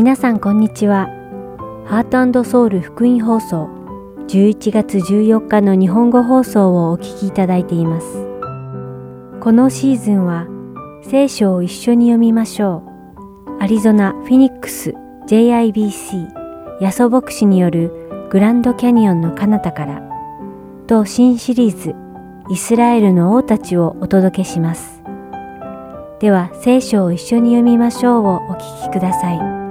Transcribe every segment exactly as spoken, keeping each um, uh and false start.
皆さんこんにちは。ハート&ソウル福音放送じゅういちがつじゅうよっかの日本語放送をお聞きいただいています。このシーズンは聖書を一緒に読みましょう。アリゾナ・フィニックス ジェイアイビーシー ヤソ牧師によるグランドキャニオンの彼方からと新シリーズイスラエルの王たちをお届けします。では聖書を一緒に読みましょうをお聞きください。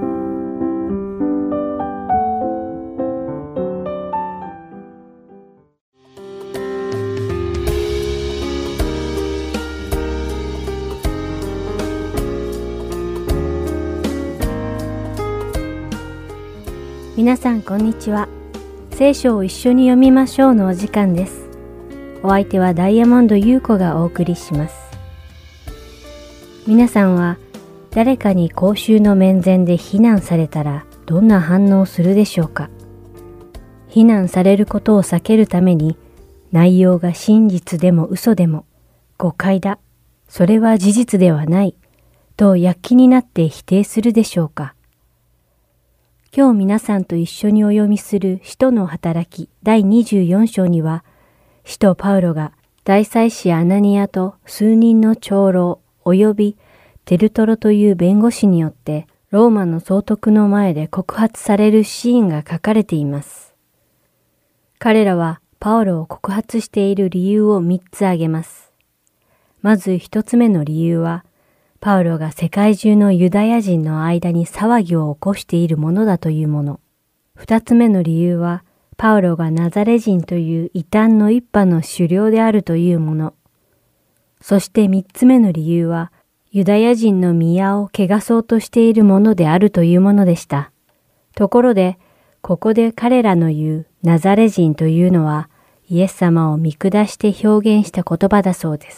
皆さんこんにちは。聖書を一緒に読みましょうのお時間です。お相手はダイヤモンド優子がお送りします。皆さんは誰かに公衆の面前で非難されたらどんな反応をするでしょうか。非難されることを避けるために内容が真実でも嘘でも誤解だ、それは事実ではないと躍起になって否定するでしょうか。今日皆さんと一緒にお読みする使徒の働きだいにじゅうよん章には、使徒パウロが大祭司アナニアと数人の長老及びテルトロという弁護士によってローマの総督の前で告発されるシーンが書かれています。彼らはパウロを告発している理由をみっつ挙げます。まず一つ目の理由は、パウロが世界中のユダヤ人の間に騒ぎを起こしているものだというもの。二つ目の理由は、パウロがナザレ人という異端の一派の首領であるというもの。そして三つ目の理由は、ユダヤ人の宮を汚そうとしているものであるというものでした。ところで、ここで彼らの言うナザレ人というのは、イエス様を見下して表現した言葉だそうです。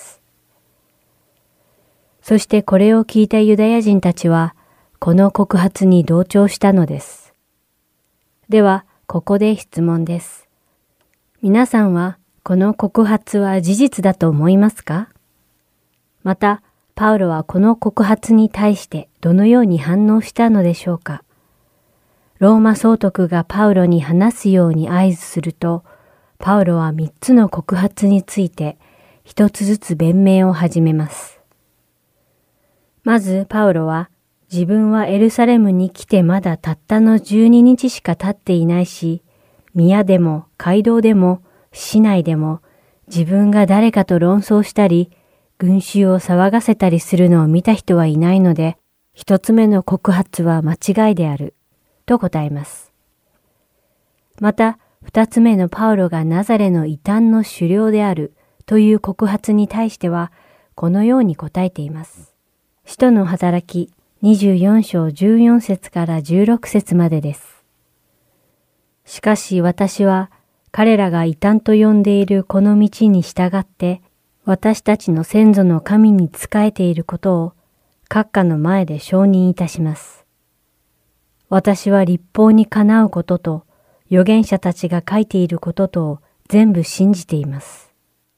そしてこれを聞いたユダヤ人たちは、この告発に同調したのです。では、ここで質問です。皆さんは、この告発は事実だと思いますか？また、パウロはこの告発に対してどのように反応したのでしょうか？ローマ総督がパウロに話すように合図すると、パウロは三つの告発について一つずつ弁明を始めます。まずパウロは、自分はエルサレムに来てまだたったのじゅうににちしか経っていないし、宮でも街道でも市内でも自分が誰かと論争したり、群衆を騒がせたりするのを見た人はいないので、一つ目の告発は間違いである、と答えます。また、二つ目のパウロがナザレの異端の首領であるという告発に対しては、このように答えています。使徒の働きにじゅうよん章じゅうよん節からじゅうろく節までです。しかし私は彼らが異端と呼んでいるこの道に従って私たちの先祖の神に仕えていることを閣下の前で承認いたします。私は律法にかなうことと預言者たちが書いていることとを全部信じています。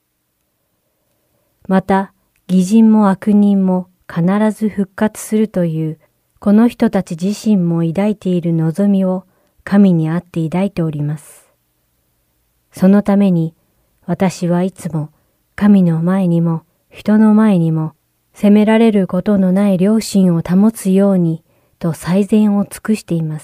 また義人も悪人も必ず復活するというこの人たち自身も抱いている望みを神にあって抱いております。そのために私はいつも神の前にも人の前にも責められることのない良心を保つようにと最善を尽くしています。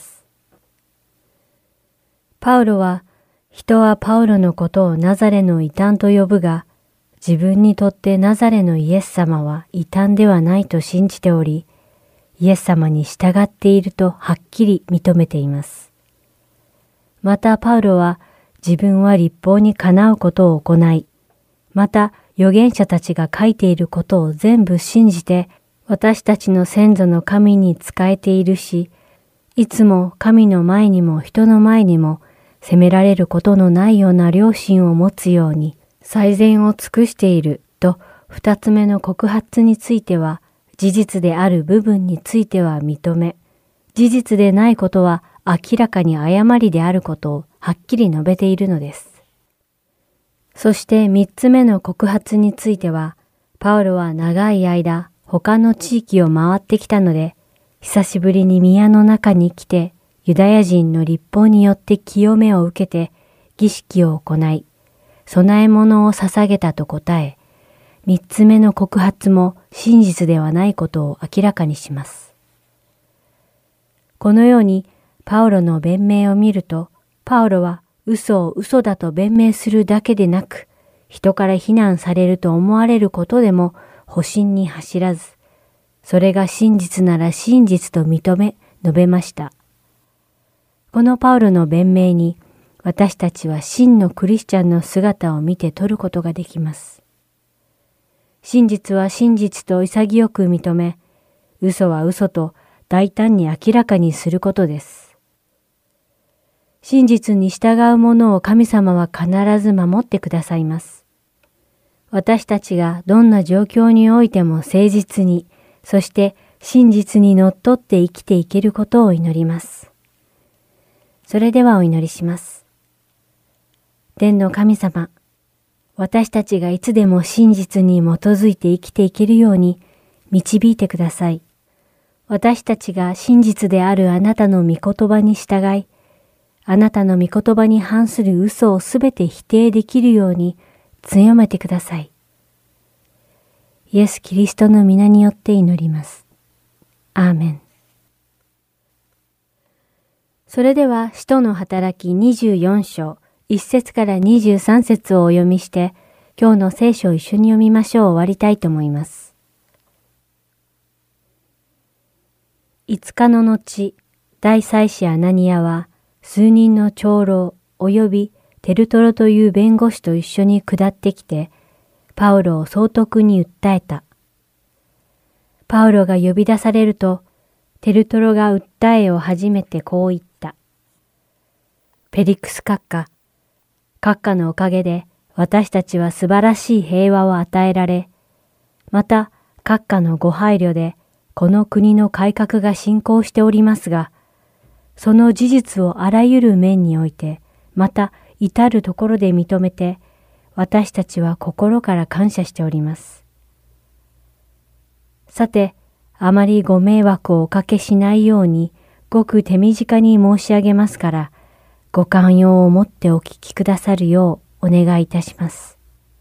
パウロは人はパウロのことをナザレの異端と呼ぶが、自分にとってナザレのイエス様は異端ではないと信じており、イエス様に従っているとはっきり認めています。またパウロは自分は律法にかなうことを行い、また預言者たちが書いていることを全部信じて、私たちの先祖の神に仕えているし、いつも神の前にも人の前にも責められることのないような良心を持つように、最善を尽くしていると二つ目の告発については事実である部分については認め、事実でないことは明らかに誤りであることをはっきり述べているのです。そして三つ目の告発については、パウロは長い間他の地域を回ってきたので、 久しぶりに宮の中に来て、ユダヤ人の律法によって清めを受けて、儀式を行い、供え物を捧げたと答え、三つ目の告発も真実ではないことを明らかにします。このように、パウロの弁明を見ると、パウロは嘘を嘘だと弁明するだけでなく、人から非難されると思われることでも保身に走らず、それが真実なら真実と認め、述べました。このパウロの弁明に、私たちは真のクリスチャンの姿を見て取ることができます。真実は真実と潔く認め、嘘は嘘と大胆に明らかにすることです。真実に従うものを神様は必ず守ってくださいます。私たちがどんな状況においても誠実に、そして真実にのっとって生きていけることを祈ります。それではお祈りします。天の神様、私たちがいつでも真実に基づいて生きていけるように導いてください。私たちが真実であるあなたの御言葉に従い、あなたの御言葉に反する嘘をすべて否定できるように強めてください。イエス・キリストの皆によって祈ります。アーメン。それでは使徒の働きにじゅうよん章いっ節からにじゅうさん節をお読みして、今日の聖書を一緒に読みましょう。終わりたいと思います。五日の後、大祭司アナニアは、数人の長老及びテルトロという弁護士と一緒に下ってきて、パウロを総督に訴えた。パウロが呼び出されると、テルトロが訴えを始めてこう言った。ペリクス閣下、閣下のおかげで私たちは素晴らしい平和を与えられ、また閣下のご配慮でこの国の改革が進行しておりますが、その事実をあらゆる面において、また至るところで認めて、私たちは心から感謝しております。さて、あまりご迷惑をおかけしないように、ごく手短に申し上げますから、ご寛容を持ってお聞きくださるようお願いいたします。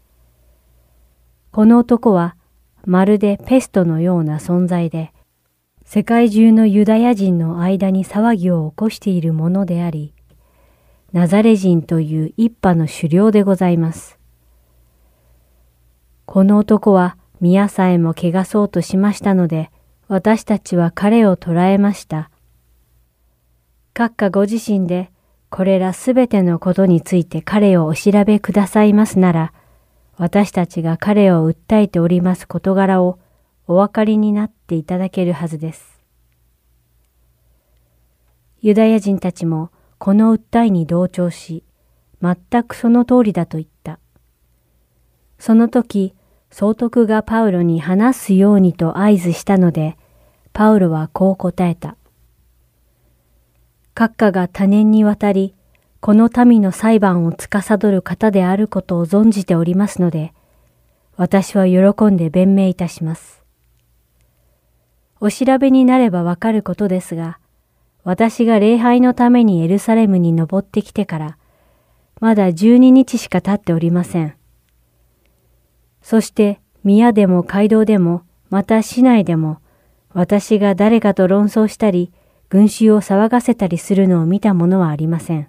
この男は、まるでペストのような存在で、世界中のユダヤ人の間に騒ぎを起こしているものであり、ナザレ人という一派の首領でございます。この男は宮さえも汚そうとしましたので、私たちは彼を捕らえました。閣下ご自身でこれらすべてのことについて彼をお調べくださいますなら、私たちが彼を訴えております事柄をお分かりになっていただけるはずです。ユダヤ人たちもこの訴えに同調し、全くその通りだと言った。その時、総督がパウロに話すようにと合図したので、パウロはこう答えた。閣下が多年にわたり、この民の裁判を司る方であることを存じておりますので、私は喜んで弁明いたします。お調べになればわかることですが、私が礼拝のためにエルサレムに登ってきてから、まだ十二日しか経っておりません。そして宮でも街道でも、また市内でも、私が誰かと論争したり、群衆を騒がせたりするのを見たものはありません。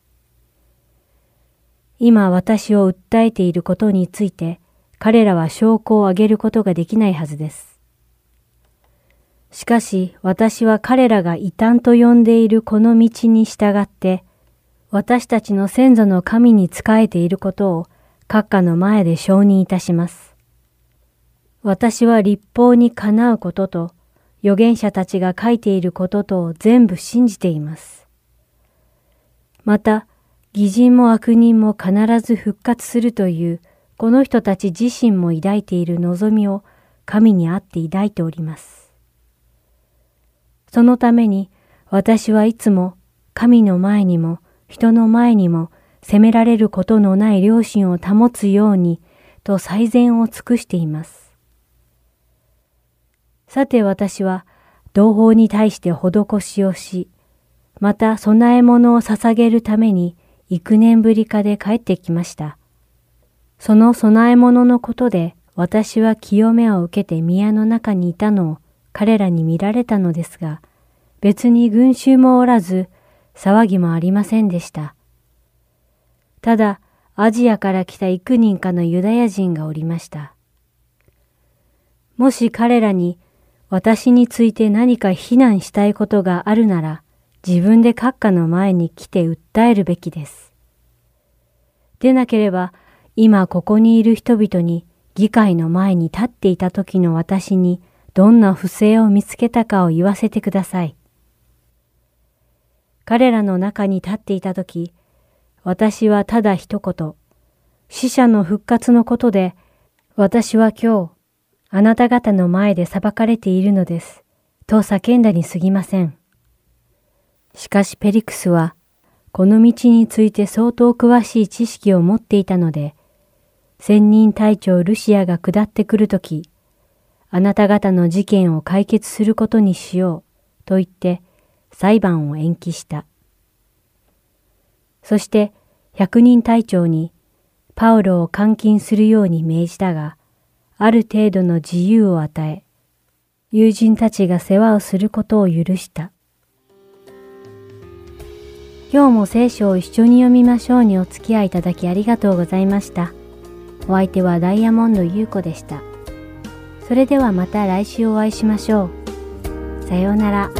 今私を訴えていることについて、彼らは証拠を挙げることができないはずです。しかし私は彼らが異端と呼んでいるこの道に従って、私たちの先祖の神に仕えていることを閣下の前で承認いたします。私は律法にかなうことと、預言者たちが書いていることとを全部信じています。また、義人も悪人も必ず復活するという、この人たち自身も抱いている望みを神にあって抱いております。そのために私はいつも神の前にも人の前にも責められることのない良心を保つようにと最善を尽くしています。さて私は同胞に対して施しをし、また供え物を捧げるために幾年ぶりかで帰ってきました。その供え物のことで私は清めを受けて宮の中にいたのを彼らに見られたのですが、別に群衆もおらず、騒ぎもありませんでした。ただ、アジアから来た幾人かのユダヤ人がおりました。もし彼らに私について何か非難したいことがあるなら、自分で閣下の前に来て訴えるべきです。でなければ、今ここにいる人々に議会の前に立っていた時の私にどんな不正を見つけたかを言わせてください。彼らの中に立っていた時、私はただ一言、死者の復活のことで、私は今日、あなた方の前で裁かれているのです、と叫んだに過ぎません。しかしペリクスは、この道について相当詳しい知識を持っていたので、千人隊長ルシアが下ってくるとき、あなた方の事件を解決することにしよう、と言って裁判を延期した。そして百人隊長にパウロを監禁するように命じたが、ある程度の自由を与え、友人たちが世話をすることを許した。今日も聖書を一緒に読みましょうにお付き合いいただきありがとうございました。お相手はダイヤモンド優子でした。それではまた来週お会いしましょう。さようなら。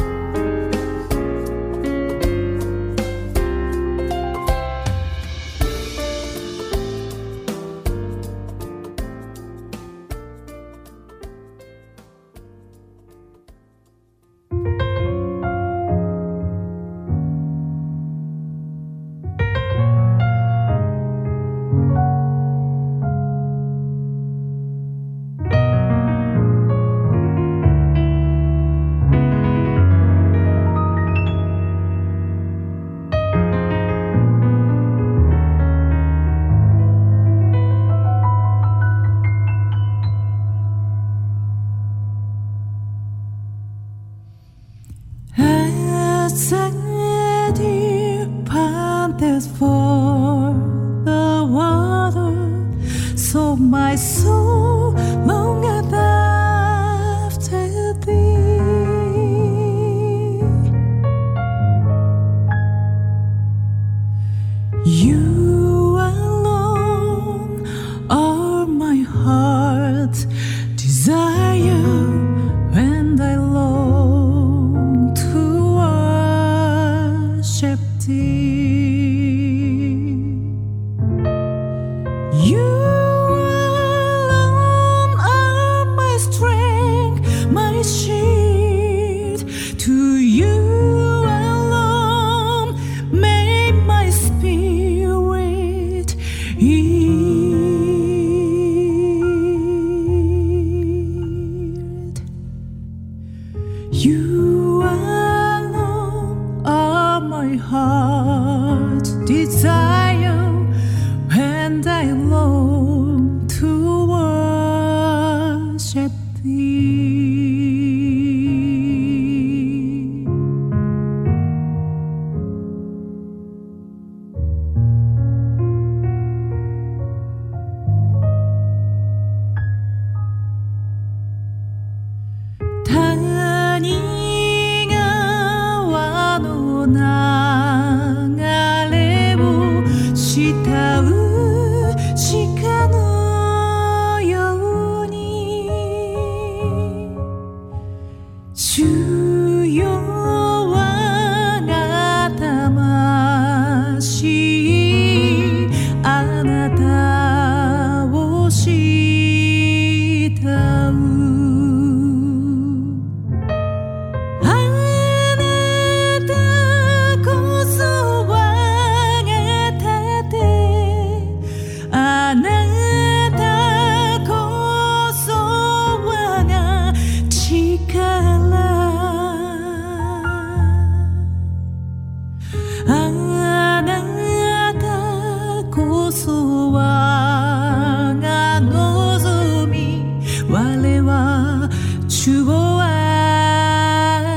我は主を愛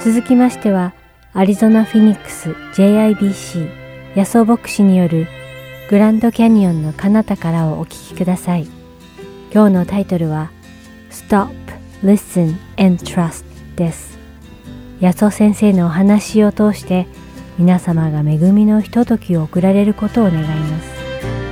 続きましては、アリゾナ・フィニックス ジェイアイビーシー 野草牧師によるグランドキャニオンの彼方からをお聞きください。今日のタイトルは Stop, Listen and Trust です。野草先生のお話を通して皆様が恵みのひとときを送られることを願います。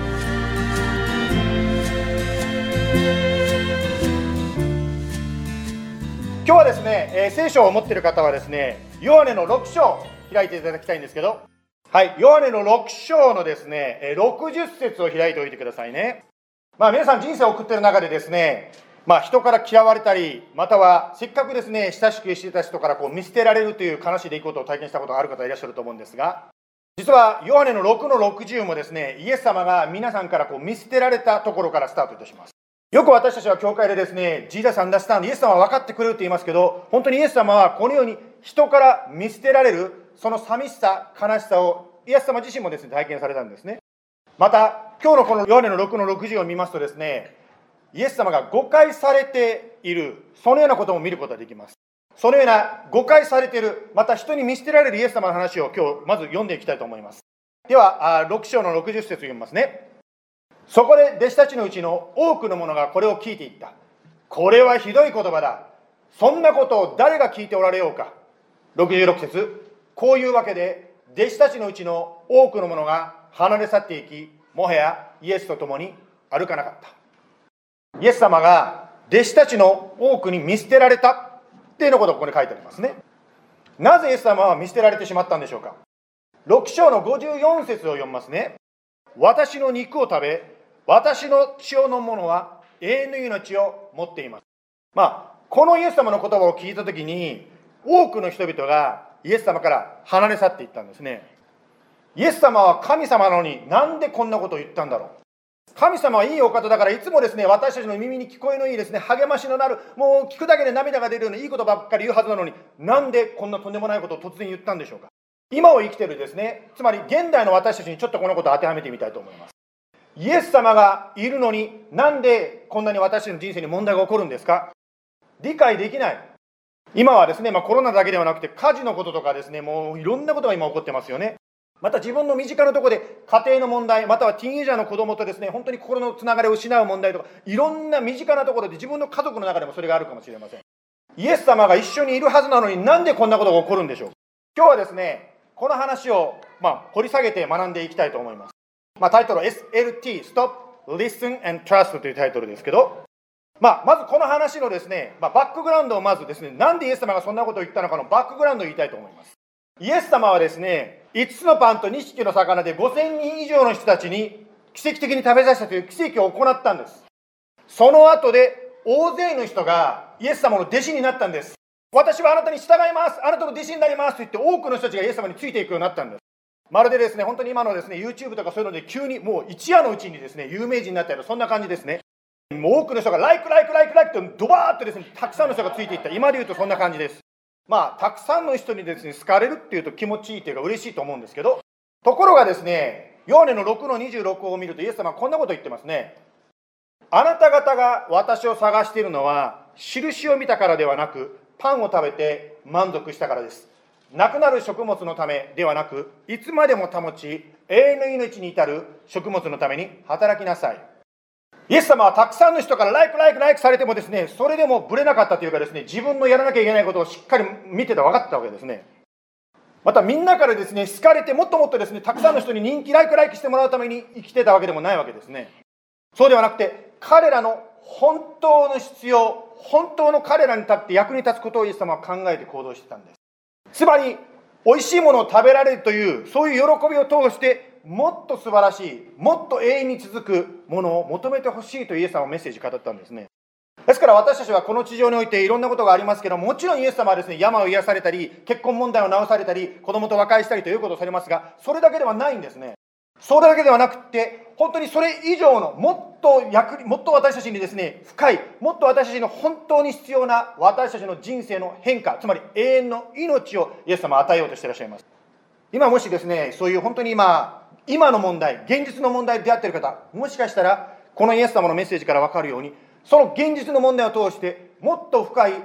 今日はですね、えー、聖書を持っている方はですね、ヨハネのろく章開いていただきたいんですけど、はい、ヨハネのろく章のですね、ろくじゅっ節を開いておいてくださいね。まあ皆さん人生を送っている中でですね、まあ人から嫌われたり、またはせっかくですね、親しくしていた人からこう見捨てられるという悲しい出来事を体験したことがある方いらっしゃると思うんですが、実はヨハネのろくのろくじゅうもですね、イエス様が皆さんからこう見捨てられたところからスタートいたします。よく私たちは教会でですね、ジーザスアンダースタンド、イエス様は分かってくれると言いますけど、本当にイエス様はこのように人から見捨てられる、その寂しさ、悲しさをイエス様自身もですね、体験されたんですね。また、今日のこのヨハネのろくのろくじゅうを見ますとですね、イエス様が誤解されている、そのようなことも見ることができます。そのような誤解されている、また人に見捨てられるイエス様の話を今日まず読んでいきたいと思います。では、ろく章のろくじゅっ節を読みますね。そこで弟子たちのうちの多くの者がこれを聞いていった。これはひどい言葉だ。そんなことを誰が聞いておられようか。ろくじゅうろく節、こういうわけで弟子たちのうちの多くの者が離れ去っていき、もはやイエスと共に歩かなかった。イエス様が弟子たちの多くに見捨てられたっていうのことがここに書いてありますね。なぜイエス様は見捨てられてしまったんでしょうか。ろく章のごじゅうよん節を読みますね。私の肉を食べ、私の血を飲む者は永遠の命を持っています。まあ、このイエス様の言葉を聞いたときに、多くの人々がイエス様から離れ去っていったんですね。イエス様は神様なのに、なんでこんなことを言ったんだろう。神様はいいお方だから、いつもですね、私たちの耳に聞こえのいいですね、励ましのなる、もう聞くだけで涙が出るようないいことばっかり言うはずなのに、なんでこんなとんでもないことを突然言ったんでしょうか。今を生きているですね、つまり現代の私たちにちょっとこのことを当てはめてみたいと思います。イエス様がいるのに、なんでこんなに私たちの人生に問題が起こるんですか。理解できない。今はですね、まあ、コロナだけではなくて火事のこととかですね、もういろんなことが今起こってますよね。また自分の身近なところで家庭の問題、またはティーンエイジャーの子供とですね、本当に心のつながりを失う問題とか、いろんな身近なところで自分の家族の中でもそれがあるかもしれません。イエス様が一緒にいるはずなのに、なんでこんなことが起こるんでしょう。今日はですね、この話を、まあ、掘り下げて学んでいきたいと思います。まあ、タイトルは エスエルティー Stop, Listen and Trust というタイトルですけど、まあ、まずこの話のですね、まあ、バックグラウンドをまずですね、なんでイエス様がそんなことを言ったのかのバックグラウンドを言いたいと思います。イエス様はですね、いつつのパンとにひきの魚でごせんにん以上の人たちに奇跡的に食べさせたという奇跡を行ったんです。その後で大勢の人がイエス様の弟子になったんです。私はあなたに従います、あなたの弟子になりますと言って、多くの人たちがイエス様についていくようになったんです。まるでですね、本当に今のですね、YouTube とかそういうので急にもう一夜のうちにですね、有名人になったような、そんな感じですね。もう多くの人がライクライクライクライクとドバーッとですね、たくさんの人がついていった。今で言うとそんな感じです。まあ、たくさんの人にですね、好かれるっていうと気持ちいいというか嬉しいと思うんですけど、ところがですね、ヨハネのろくのにじゅうろくを見るとイエス様はこんなことを言ってますね。あなた方が私を探しているのは、印を見たからではなく、パンを食べて満足したからです。なくなる食物のためではなく、いつまでも保ち、永遠の命に至る食物のために働きなさい。イエス様はたくさんの人からライクライクライクされてもですね、それでもブレなかったというかですね、自分のやらなきゃいけないことをしっかり見てて分かってたわけですね。またみんなからですね、好かれて、もっともっとですね、たくさんの人に人気ライクライクしてもらうために生きてたわけでもないわけですね。そうではなくて、彼らの本当の必要、本当の彼らに立って役に立つことをイエス様は考えて行動してたんです。つまり、美味しいものを食べられるという、そういう喜びを通して、もっと素晴らしい、もっと永遠に続くものを求めてほしいとイエス様はメッセージを語ったんですね。ですから私たちはこの地上においていろんなことがありますけども、もちろんイエス様はですね、病を癒されたり、結婚問題を直されたり、子供と和解したりということをされますが、それだけではないんですね。それだけではなくて、本当にそれ以上のもっと役もっと私たちにですね、深い、もっと私たちの本当に必要な私たちの人生の変化、つまり永遠の命をイエス様は与えようとしていらっしゃいます。今もしですね、そういう本当に今今の問題、現実の問題に出会っている方、もしかしたらこのイエス様のメッセージから分かるように、その現実の問題を通してもっと深い永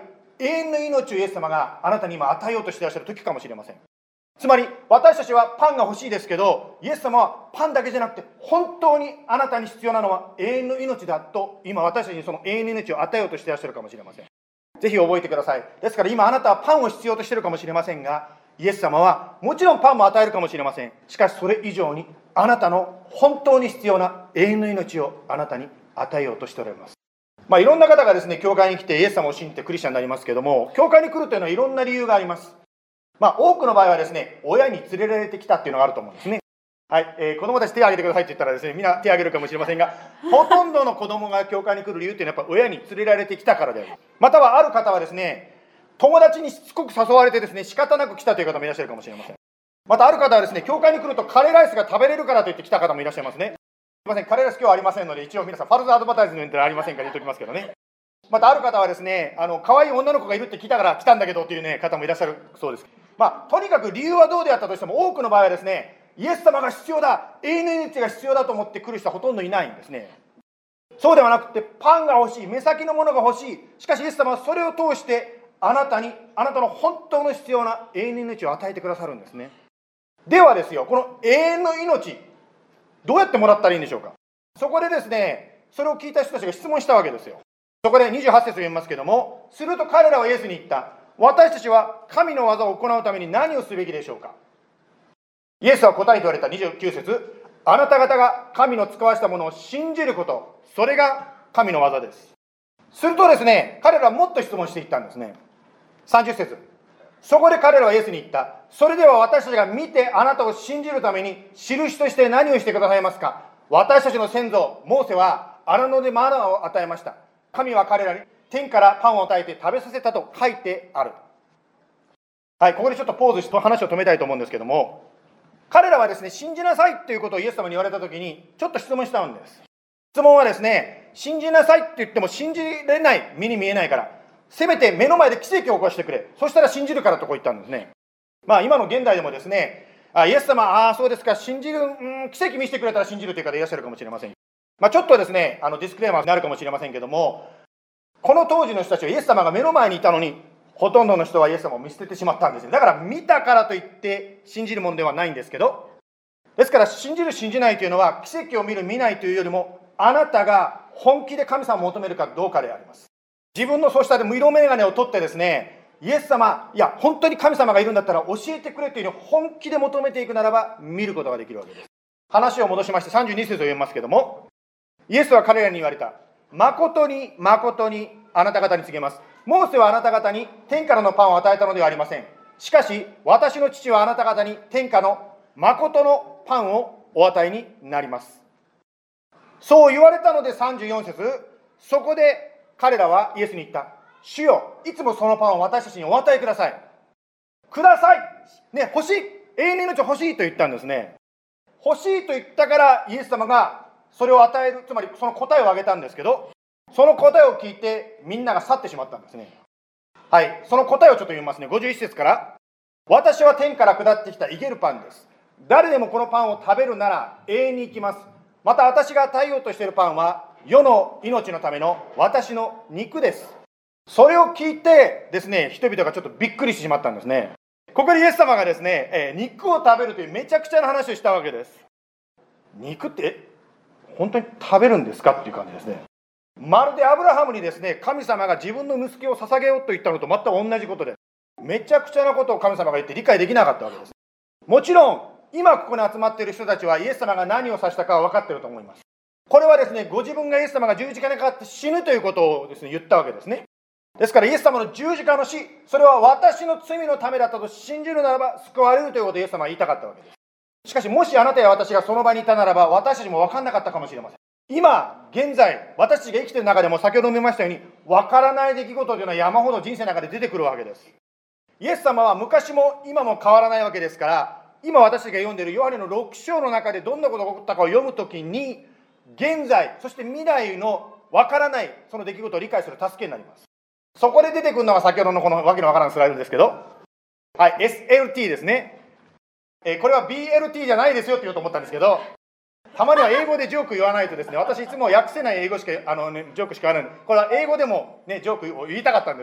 永遠の命をイエス様があなたに今与えようとしていらっしゃる時かもしれません。つまり私たちはパンが欲しいですけど、イエス様はパンだけじゃなくて本当にあなたに必要なのは永遠の命だと、今私たちにその永遠の命を与えようとしていらっしゃるかもしれません。ぜひ覚えてください。ですから今あなたはパンを必要としているかもしれませんが、イエス様はもちろんパンも与えるかもしれません。しかしそれ以上にあなたの本当に必要な永遠の命をあなたに与えようとしておられます。まあ、いろんな方がですね、教会に来てイエス様を信じてクリスチャンになりますけども、教会に来るというのはいろんな理由があります。まあ、多くの場合はですね、親に連れられてきたっていうのがあると思うんですね。はい、えー、子供たち手を挙げてくださいって言ったらですね、みんな手を挙げるかもしれませんが、ほとんどの子供が教会に来る理由っていうのはやっぱ親に連れられてきたからである。またはある方はですね、友達にしつこく誘われてですね、仕方なく来たという方もいらっしゃるかもしれません。またある方はですね、教会に来るとカレーライスが食べれるからと言って来た方もいらっしゃいますね。すみません、カレーライス今日はありませんので、一応皆さんファルズアドバタイズメントはありませんから言っておきますけどね。またある方はですね、あの可愛い女の子がいるって聞いたから来たんだけどっていう、ね、方もいらっしゃるそうです。まあ、とにかく理由はどうであったとしても、多くの場合はですね、イエス様が必要だ、永遠の命が必要だと思って来る人はほとんどいないんですね。そうではなくて、パンが欲しい、目先のものが欲しい。しかしイエス様はそれを通してあなたに、あなたの本当の必要な永遠の命を与えてくださるんですね。ではですよ、この永遠の命、どうやってもらったらいいんでしょうか。そこでですね、それを聞いた人たちが質問したわけですよ。そこでにじゅうはち節を読みますけども、すると彼らはイエスに言った。私たちは神の技を行うために何をすべきでしょうか。イエスは答えて言われた。にじゅうきゅう節、あなた方が神の使わしたものを信じること、それが神の技です。するとですね、彼らはもっと質問していったんですね。さんじゅう節、そこで彼らはイエスに言った。それでは私たちが見てあなたを信じるために印として何をしてくださいますか。私たちの先祖モーセは荒野でマナーを与えました。神は彼らに天からパンを与えて食べさせたと書いてある。はい、ここでちょっとポーズして話を止めたいと思うんですけども、彼らはですね、信じなさいということをイエス様に言われたときにちょっと質問したんです。質問はですね、信じなさいって言っても信じれない、目に見えないから、せめて目の前で奇跡を起こしてくれ、そしたら信じるからとこう言ったんですね。まあ今の現代でもですね、あイエス様、ああそうですか、信じる、うん、奇跡見せてくれたら信じるという方いらっしゃるかもしれません。まあ、ちょっとですね、あのディスクレーマーになるかもしれませんけども、この当時の人たちはイエス様が目の前にいたのに、ほとんどの人はイエス様を見捨ててしまったんですね。だから見たからといって信じるものではないんですけど、ですから信じる信じないというのは奇跡を見る見ないというよりも、あなたが本気で神様を求めるかどうかであります。自分のそうした色眼鏡を取ってですね、イエス様、いや本当に神様がいるんだったら教えてくれというふうに本気で求めていくならば見ることができるわけです。話を戻しましてさんじゅうに節を読みますけども、イエスは彼らに言われた。誠に誠にあなた方に告げます。モーセはあなた方に天からのパンを与えたのではありません。しかし私の父はあなた方に天下の誠のパンをお与えになります。そう言われたのでさんじゅうよん節、そこで彼らはイエスに言った。主よ、いつもそのパンを私たちにお与えください。ください、ね、欲しい、永遠の命欲しいと言ったんですね。欲しいと言ったからイエス様がそれを与える、つまりその答えをあげたんですけど、その答えを聞いてみんなが去ってしまったんですね。はい、その答えをちょっと読みますね。ごじゅういち節から。私は天から下ってきた生けるパンです。誰でもこのパンを食べるなら永遠に生きます。また私が与えようとしているパンは世の命のための私の肉です。それを聞いてですね、人々がちょっとびっくりしてしまったんですね。ここでイエス様がですね、えー、肉を食べるというめちゃくちゃな話をしたわけです。肉って本当に食べるんですかっていう感じですね。まるでアブラハムにですね、神様が自分の息子を捧げようと言ったのと全く同じことで、めちゃくちゃなことを神様が言って理解できなかったわけです。もちろん今ここに集まっている人たちはイエス様が何を指したかは分かっていると思います。これはですね、ご自分がイエス様が十字架にかかって死ぬということをですね、言ったわけですね。ですからイエス様の十字架の死、それは私の罪のためだったと信じるならば救われるということをイエス様は言いたかったわけです。しかしもしあなたや私がその場にいたならば、私たちも分かんなかったかもしれません。今現在私たちが生きている中でも、先ほど見ましたように分からない出来事というのは山ほど人生の中で出てくるわけです。イエス様は昔も今も変わらないわけですから、今私たちが読んでいるヨハネのろく章の中でどんなことが起こったかを読むときに、現在そして未来の分からないその出来事を理解する助けになります。そこで出てくるのが先ほどのこのわけのわからんスライドですけど、はい、エスエルティー ですね。えー、これは ビーエルティー じゃないですよって言おうと思ったんですけど、たまには英語でジョーク言わないとですね、私いつも訳せない英語しかあの、ね、ジョークしか言わないので、これは英語でも、ね、ジョークを言いたかったんです。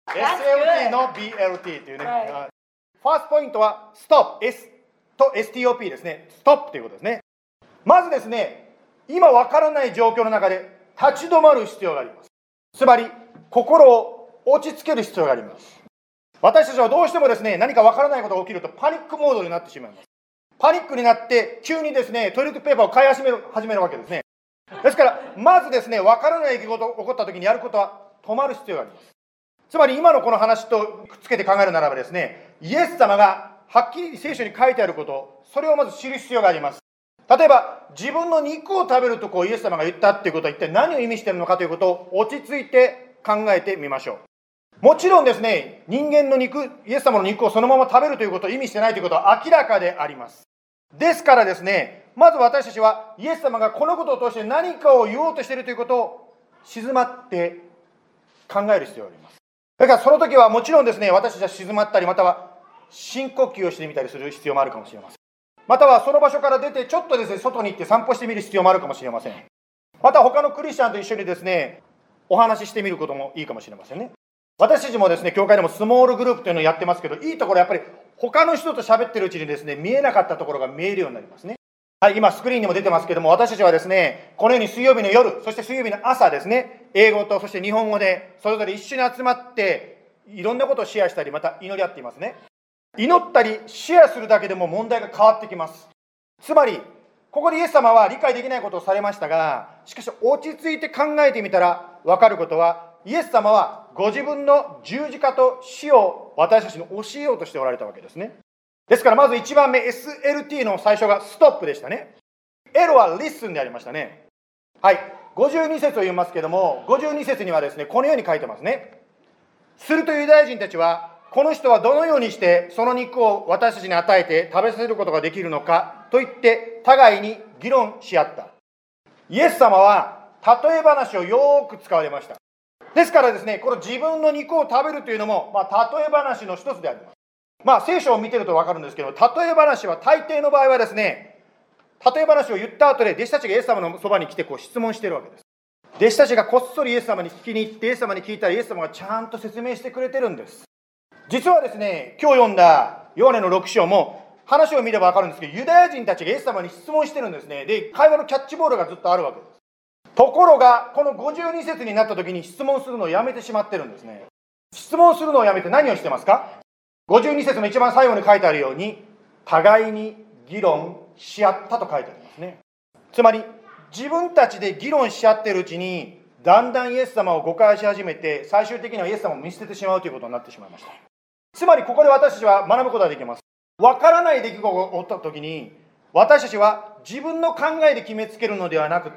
エスエルティー の ビーエルティー というね。Right. ファーストポイントは Stop、S と エスティーオーピー ですね。Stop ということですね。まずですね、今わからない状況の中で立ち止まる必要があります。つまり、心を落ち着ける必要があります。私たちはどうしてもですね、何かわからないことが起きるとパニックモードになってしまいます。パニックになって、急にですね、トイレットペーパーを買い始める、始めるわけですね。ですから、まずですね、わからない出来事が起こった時にやることは止まる必要があります。つまり、今のこの話とくっつけて考えるならばですね、イエス様がはっきり聖書に書いてあること、それをまず知る必要があります。例えば、自分の肉を食べるとこうイエス様が言ったっていうことは一体何を意味しているのかということを落ち着いて考えてみましょう。もちろんですね、人間の肉、イエス様の肉をそのまま食べるということを意味してないということは明らかであります。ですからですね、まず私たちはイエス様がこのことを通して何かを言おうとしているということを静まって考える必要があります。だからその時はもちろんですね、私たちは静まったり、または深呼吸をしてみたりする必要もあるかもしれません。またはその場所から出てちょっとですね、外に行って散歩してみる必要もあるかもしれません。また他のクリスチャンと一緒にですね、お話ししてみることもいいかもしれませんね。私たちもですね、教会でもスモールグループというのをやってますけど、いいところはやっぱり他の人と喋ってるうちにですね、見えなかったところが見えるようになりますね。はい、今スクリーンにも出てますけども、私たちはですね、このように水曜日の夜、そして水曜日の朝ですね、英語とそして日本語でそれぞれ一緒に集まっていろんなことをシェアしたり、また祈り合っていますね。祈ったりシェアするだけでも問題が変わってきます。つまりここでイエス様は理解できないことをされましたが、しかし落ち着いて考えてみたら分かることは、イエス様はご自分の十字架と死を私たちに教えようとしておられたわけですね。ですからまずいちばんめ エスエルティー の最初がストップでしたね。L は Listen でありましたね。はい、ごじゅうに節を読みますけども、ごじゅうに節にはですね、このように書いてますね。するとユダヤ人たちは、この人はどのようにしてその肉を私たちに与えて食べさせることができるのかと言って互いに議論し合った。イエス様は例え話をよく使われました。ですからですね、この自分の肉を食べるというのも、まあ、例え話の一つであります。まあ聖書を見てると分かるんですけど、例え話は大抵の場合はですね、例え話を言った後で弟子たちがイエス様のそばに来てこう質問しているわけです。弟子たちがこっそりイエス様に聞きに行って、イエス様に聞いたらイエス様がちゃんと説明してくれてるんです。実はですね、今日読んだヨハネのろく章も話を見れば分かるんですけど、ユダヤ人たちがイエス様に質問してるんですね。で、会話のキャッチボールがずっとあるわけです。ところがこのごじゅうに節になった時に質問するのをやめてしまってるんですね。質問するのをやめて何をしてますか？ごじゅうに節の一番最後に書いてあるように、互いに議論し合ったと書いてありますね。つまり自分たちで議論し合っているうちに、だんだんイエス様を誤解し始めて、最終的にはイエス様を見捨ててしまうということになってしまいました。つまりここで私たちは学ぶことができます。わからない出来事が起きた時に、私たちは自分の考えで決めつけるのではなくって、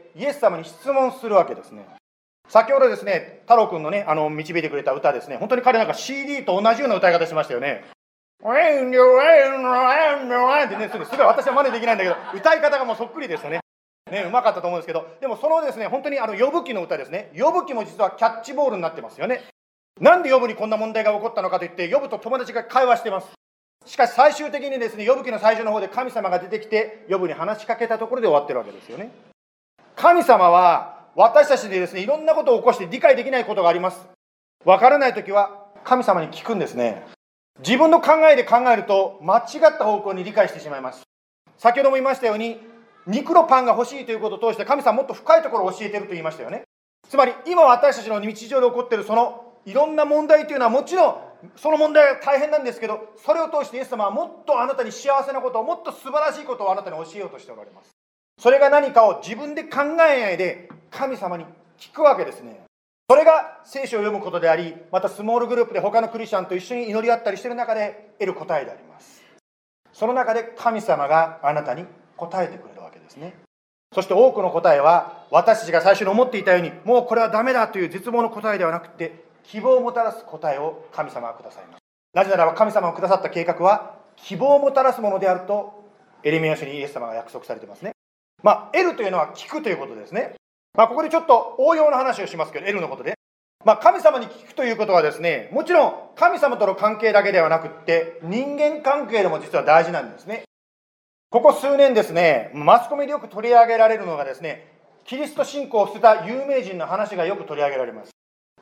イエス様に質問するわけですね。先ほどですね、太郎くんのね、あの導いてくれた歌ですね、本当に彼なんか シーディー と同じような歌い方しましたよね。ってね、すごい私は真似できないんだけど、歌い方がもうそっくりでしたね。ね、うまかったと思うんですけど、でもそのですね、本当にあの呼ぶ記の歌ですね。呼ぶ記も実はキャッチボールになってますよね。なんで呼ぶにこんな問題が起こったのかといって、呼ぶと友達が会話してます。しかし最終的にですね、呼ぶ記の最初の方で神様が出てきて、呼ぶに話しかけたところで終わってるわけですよね。神様は私たちでですね、いろんなことを起こして理解できないことがあります。わからないときは神様に聞くんですね。自分の考えで考えると間違った方向に理解してしまいます。先ほども言いましたように、肉のパンが欲しいということを通して神様はもっと深いところを教えていると言いましたよね。つまり今私たちの日常で起こっているそのいろんな問題というのは、もちろんその問題は大変なんですけど、それを通してイエス様はもっとあなたに幸せなことを、もっと素晴らしいことをあなたに教えようとしておられます。それが何かを自分で考えないで神様に聞くわけですね。それが聖書を読むことであり、またスモールグループで他のクリスチャンと一緒に祈り合ったりしている中で得る答えであります。その中で神様があなたに答えてくれるわけですね。そして多くの答えは、私たちが最初に思っていたように、もうこれはダメだという絶望の答えではなくて、希望をもたらす答えを神様はくださいます。なぜならば神様がくださった計画は希望をもたらすものであるとエレミヤ書にイエス様が約束されていますね。まあ L というのは聞くということですね。まあここでちょっと応用の話をしますけど、 L のことで、まあ神様に聞くということはですね、もちろん神様との関係だけではなくって人間関係でも実は大事なんですね。ここ数年ですね、マスコミでよく取り上げられるのがですね、キリスト信仰を捨てた有名人の話がよく取り上げられます。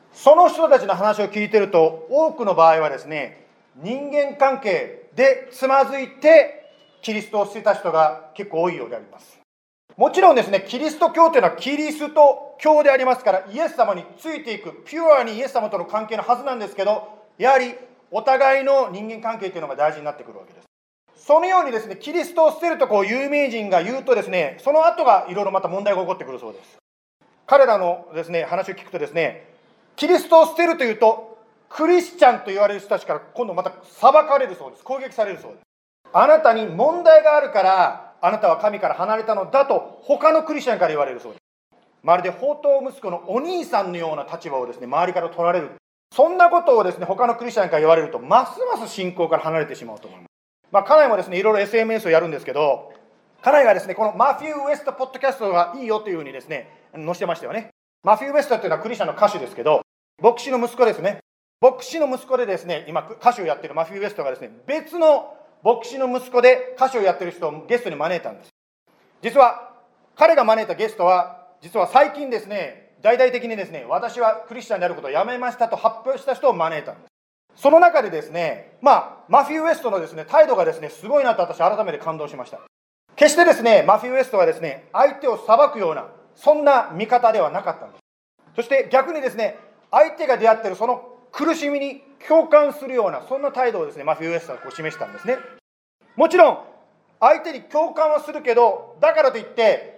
その人たちの話を聞いてると、多くの場合はですね、人間関係でつまずいてキリストを捨てた人が結構多いようであります。もちろんですね、キリスト教というのはキリスト教でありますから、イエス様についていく、ピュアにイエス様との関係のはずなんですけど、やはりお互いの人間関係というのが大事になってくるわけです。そのようにですね、キリストを捨てるとこう有名人が言うとですね、その後がいろいろまた問題が起こってくるそうです。彼らのですね、話を聞くとですね、キリストを捨てるというと、クリスチャンと言われる人たちから今度また裁かれるそうです。攻撃されるそうです。あなたに問題があるからあなたは神から離れたのだと他のクリスチャンから言われるそうです。まるで放蕩息子のお兄さんのような立場をですね、周りから取られる。そんなことをですね、他のクリスチャンから言われるとますます信仰から離れてしまうと思います。まあ、家内もですね、いろいろ エスエヌエス をやるんですけど、家内がですね、このマフィー・ウエストポッドキャストがいいよというふうにですね、載せてましたよね。マフィー・ウエストっていうのはクリスチャンの歌手ですけど、牧師の息子ですね。牧師の息子でですね、今歌手をやっているマフィー・ウエストがですね、別の牧師の息子で歌手をやっている人をゲストに招いたんです。実は彼が招いたゲストは、実は最近ですね、大々的にですね、私はクリスチャンであることをやめましたと発表した人を招いたんです。その中でですね、まあ、マフィー・ウエストのですね、態度がですね、すごいなと私改めて感動しました。決してですね、マフィー・ウエストはですね、相手を裁くような、そんな見方ではなかったんです。そして逆にですね、相手が出会っているその苦しみに共感するような、そんな態度をですね、マフィー・ウエストはこう示したんですね。もちろん、相手に共感はするけど、だからといって、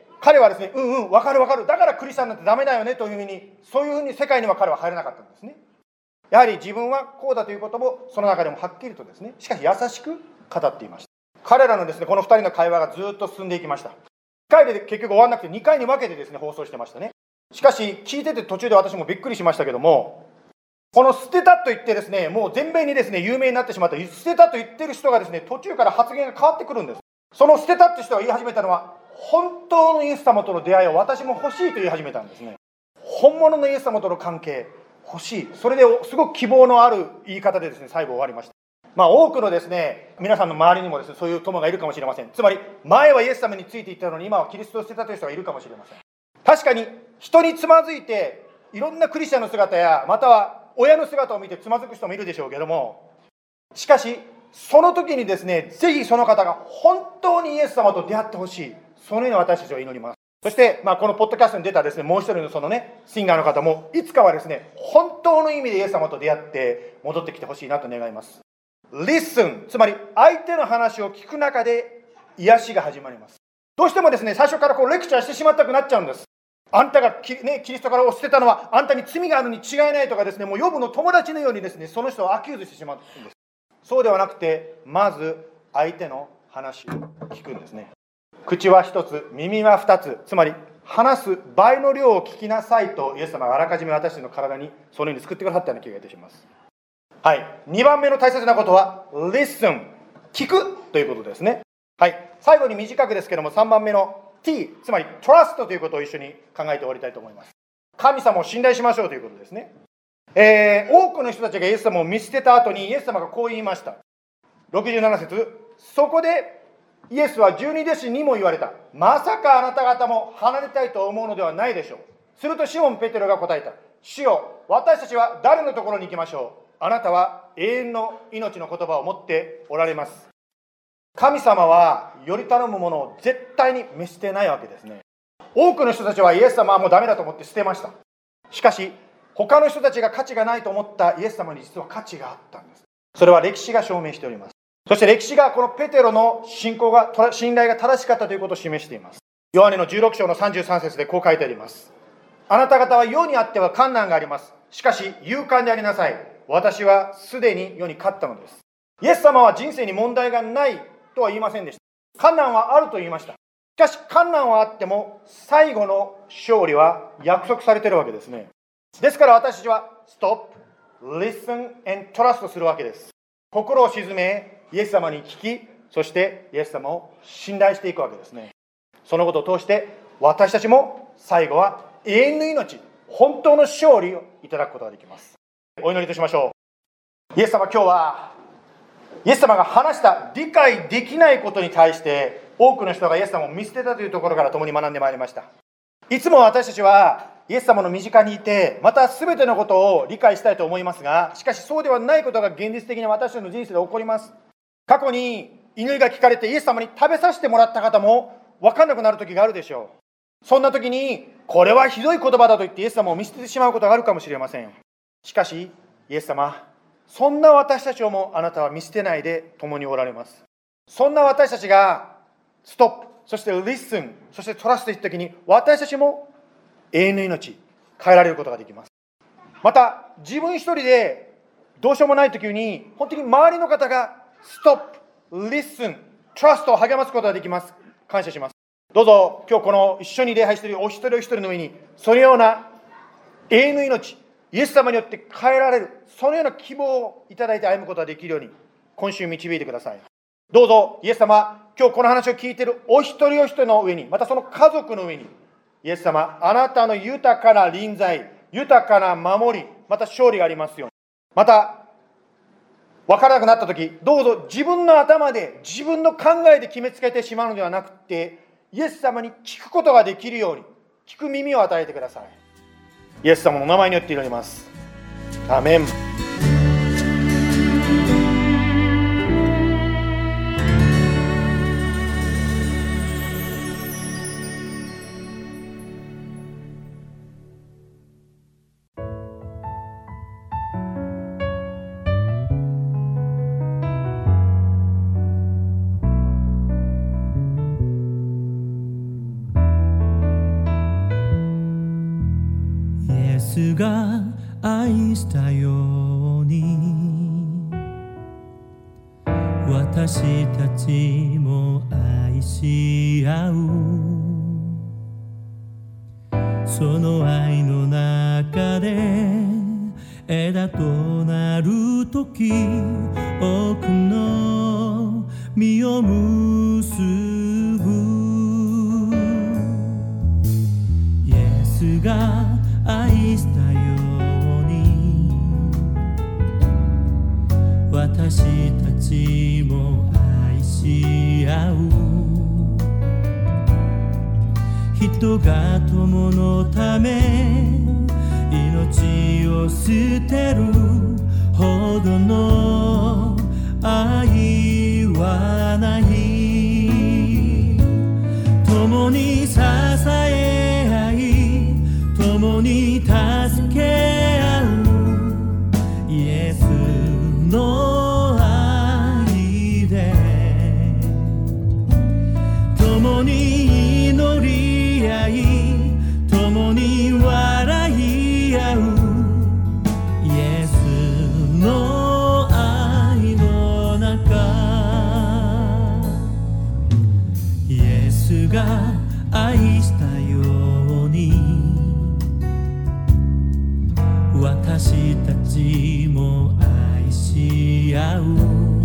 彼はですね、うんうん、わかるわかる、だからクリスチャンなんてダメだよねというふうに、そういうふうに世界には彼は入れなかったんですね。やはり自分はこうだということも、その中でもはっきりとですね、しかし優しく語っていました。彼らのですね、このふたりの会話がずっと進んでいきました。いっかいで結局終わらなくてにかいに分けてですね、放送してましたね。しかし、聞いてて途中で私もびっくりしましたけども、この捨てたと言ってですね、もう全米にですね、有名になってしまった、捨てたと言ってる人がですね、途中から発言が変わってくるんです。その捨てたって人が言い始めたのは、本当のイエス様との出会いを私も欲しいと言い始めたんですね。本物のイエス様との関係、欲しい。それですごく希望のある言い方でですね、最後終わりました。まあ多くのですね、皆さんの周りにもですね、そういう友がいるかもしれません。つまり、前はイエス様についていったのに、今はキリストを捨てたという人がいるかもしれません。確かに、人につまずいて、いろんなクリスチャンの姿や、または親の姿を見てつまずく人もいるでしょうけども、しかし、その時にですね、ぜひその方が本当にイエス様と出会ってほしい。そのように私たちは祈ります。そして、まあ、このポッドキャストに出たですね、もう一人のそのね、シンガーの方も、いつかはですね、本当の意味でイエス様と出会って戻ってきてほしいなと願います。Listen、つまり相手の話を聞く中で癒しが始まります。どうしてもですね、最初からこうレクチャーしてしまったくなっちゃうんです。あんたがキ、ね、キリストからを捨てたのはあんたに罪があるに違いないとかですね、もうヨブの友達のようにですね、その人をアキューズしてしまうんです。そうではなくて、まず相手の話を聞くんですね。口は一つ、耳は二つ、つまり話す倍の量を聞きなさいとイエス様があらかじめ私たちの体にそのように作ってくださったような気がいたします。はい、にばんめの大切なことは Listen、 聞くということですね。はい、最後に短くですけどもさんばんめの T、 つまり Trust ということを一緒に考えて終わりたいと思います。神様を信頼しましょうということですね。えー、多くの人たちがイエス様を見捨てた後にイエス様がこう言いました。ろくじゅうなな節、そこでイエスは十二弟子にも言われた。まさかあなた方も離れたいと思うのではないでしょう。するとシモン・ペテロが答えた。主よ、私たちは誰のところに行きましょう。あなたは永遠の命の言葉を持っておられます。神様はより頼むものを絶対に見捨てないわけですね。多くの人たちはイエス様はもうダメだと思って捨てました。しかし他の人たちが価値がないと思ったイエス様に実は価値があったんです。それは歴史が証明しております。そして歴史がこのペテロの信仰が、信頼が正しかったということを示しています。ヨハネのじゅうろく章のさんじゅうさん節でこう書いてあります。あなた方は世にあっては困難があります。しかし勇敢でありなさい。私はすでに世に勝ったのです。イエス様は人生に問題がないとは言いませんでした。困難はあると言いました。しかし困難はあっても最後の勝利は約束されているわけですね。ですから私たちは Stop, Listen and Trust するわけです。心を鎮め、イエス様に聞き、そしてイエス様を信頼していくわけですね。そのことを通して私たちも最後は永遠の命、本当の勝利をいただくことができます。お祈りとしましょう。イエス様、今日はイエス様が話した理解できないことに対して多くの人がイエス様を見捨てたというところから共に学んでまいりました。いつも私たちはイイエス様の身近にいて、また全てのことを理解したいと思いますが、しかしそうではないことが現実的に私たちの人生で起こります。過去に祈りが聞かれてイエス様に食べさせてもらった方も分かんなくなる時があるでしょう。そんな時に、これはひどい言葉だと言ってイエス様を見捨ててしまうことがあるかもしれません。しかしイエス様、そんな私たちをもあなたは見捨てないで共におられます。そんな私たちがストップ、そしてリッスン、そしてトラストといった時に、私たちも永遠の命変えられることができます。また自分一人でどうしようもない時に、本当に周りの方がストップ、リッスン、トラストを励ますことができます。感謝します。どうぞ今日この一緒に礼拝しているお一人お一人の上に、そのような永遠の命、イエス様によって変えられる、そのような希望をいただいて歩むことができるように、今週導いてください。どうぞイエス様、今日この話を聞いているお一人お一人の上に、またその家族の上に、イエス様、あなたの豊かな臨在、豊かな守り、また勝利がありますように。また分からなくなった時、どうぞ自分の頭で自分の考えで決めつけてしまうのではなくて、イエス様に聞くことができるように、聞く耳を与えてください。イエス様の名前によって祈ります。アーメン。 イエスが愛したように、私たちも愛し合う。その愛の中で枝となるとき、多くの実を結ぶ。イエスが愛したように、私たちも愛し合う。人が友のため命を捨てるほどの愛はない。共に支え合い、共に助け合うイエスの愛で、共に祈り合い、共に笑い合うイエスの愛の中。イエスが愛したように、私たちも愛し合う。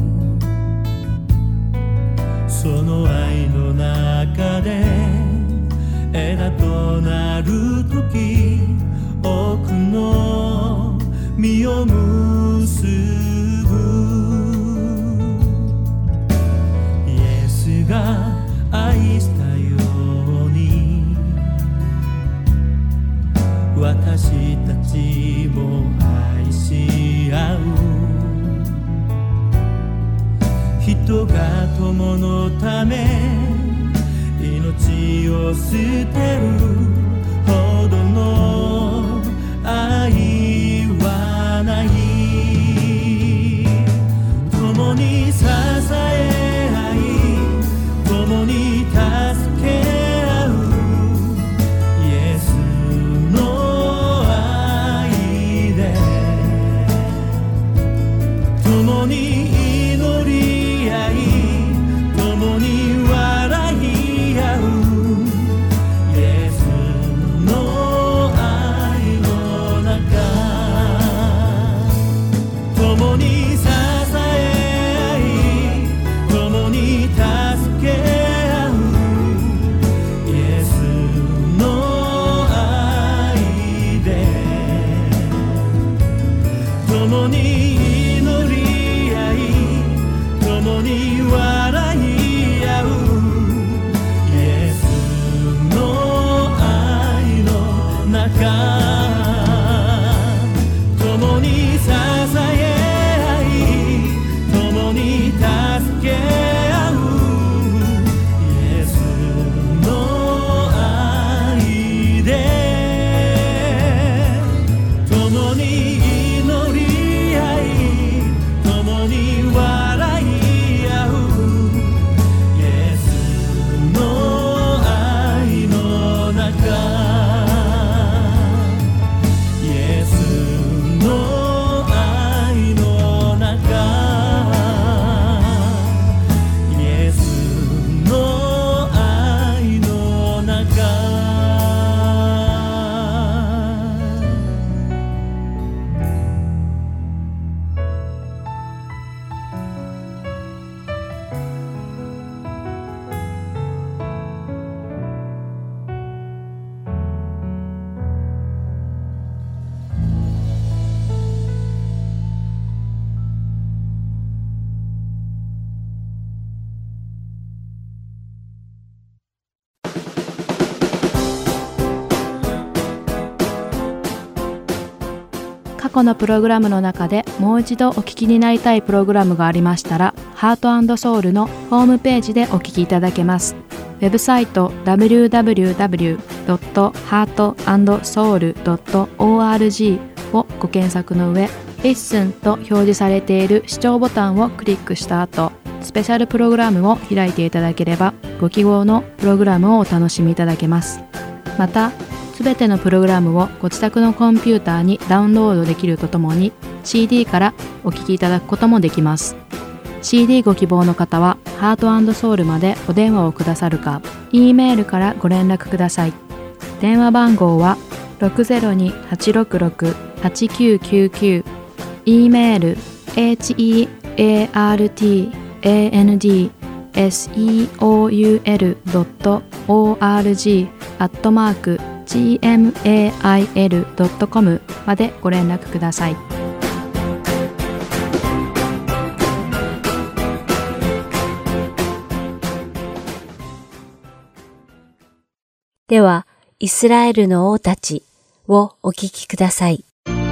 その愛の中で枝となるとき、多くの実を結ぶ。イエスが愛したように、私たちも愛し合う。人が友のため命を捨てるほどの愛はない。共に支え合い、共に助け合うイエスの愛で、共に祈り合い、共に笑い合うイエスの愛の中。共に支え合い、共に助け合うイエスの愛で、共に祈り合い、共に笑い合うイエスの愛の中。 過去のプログラムの中でもう一度お聞きになりたいプログラムがありましたら、ハートアンドソウルのホームページでお聞きいただけます。ウェブサイト ダブリューダブリューダブリュードットハートアンドソウルドットオーアールジー をご検索の上、リッスンと表示されている視聴ボタンをクリックした後、スペシャルプログラムを開いていただければ、ご希望のプログラムをお楽しみいただけます。また、すべてのプログラムをご自宅のコンピューターにダウンロードできるとともに シーディー からお聞きいただくこともできます。シーディー ご希望の方はハートアンドソウルまでお電話をくださるか、E メールからご連絡ください。電話番号は ろくゼロに はちろくろく はちきゅうきゅうきゅう、E メール エイチイーエーアールティーエーエヌディーエスイーオーユーエルドットオーアールジー アットマーク ジーエムエーアイエルドットコム までご連絡ください。 では、イスラエルの王たちをお聞きください。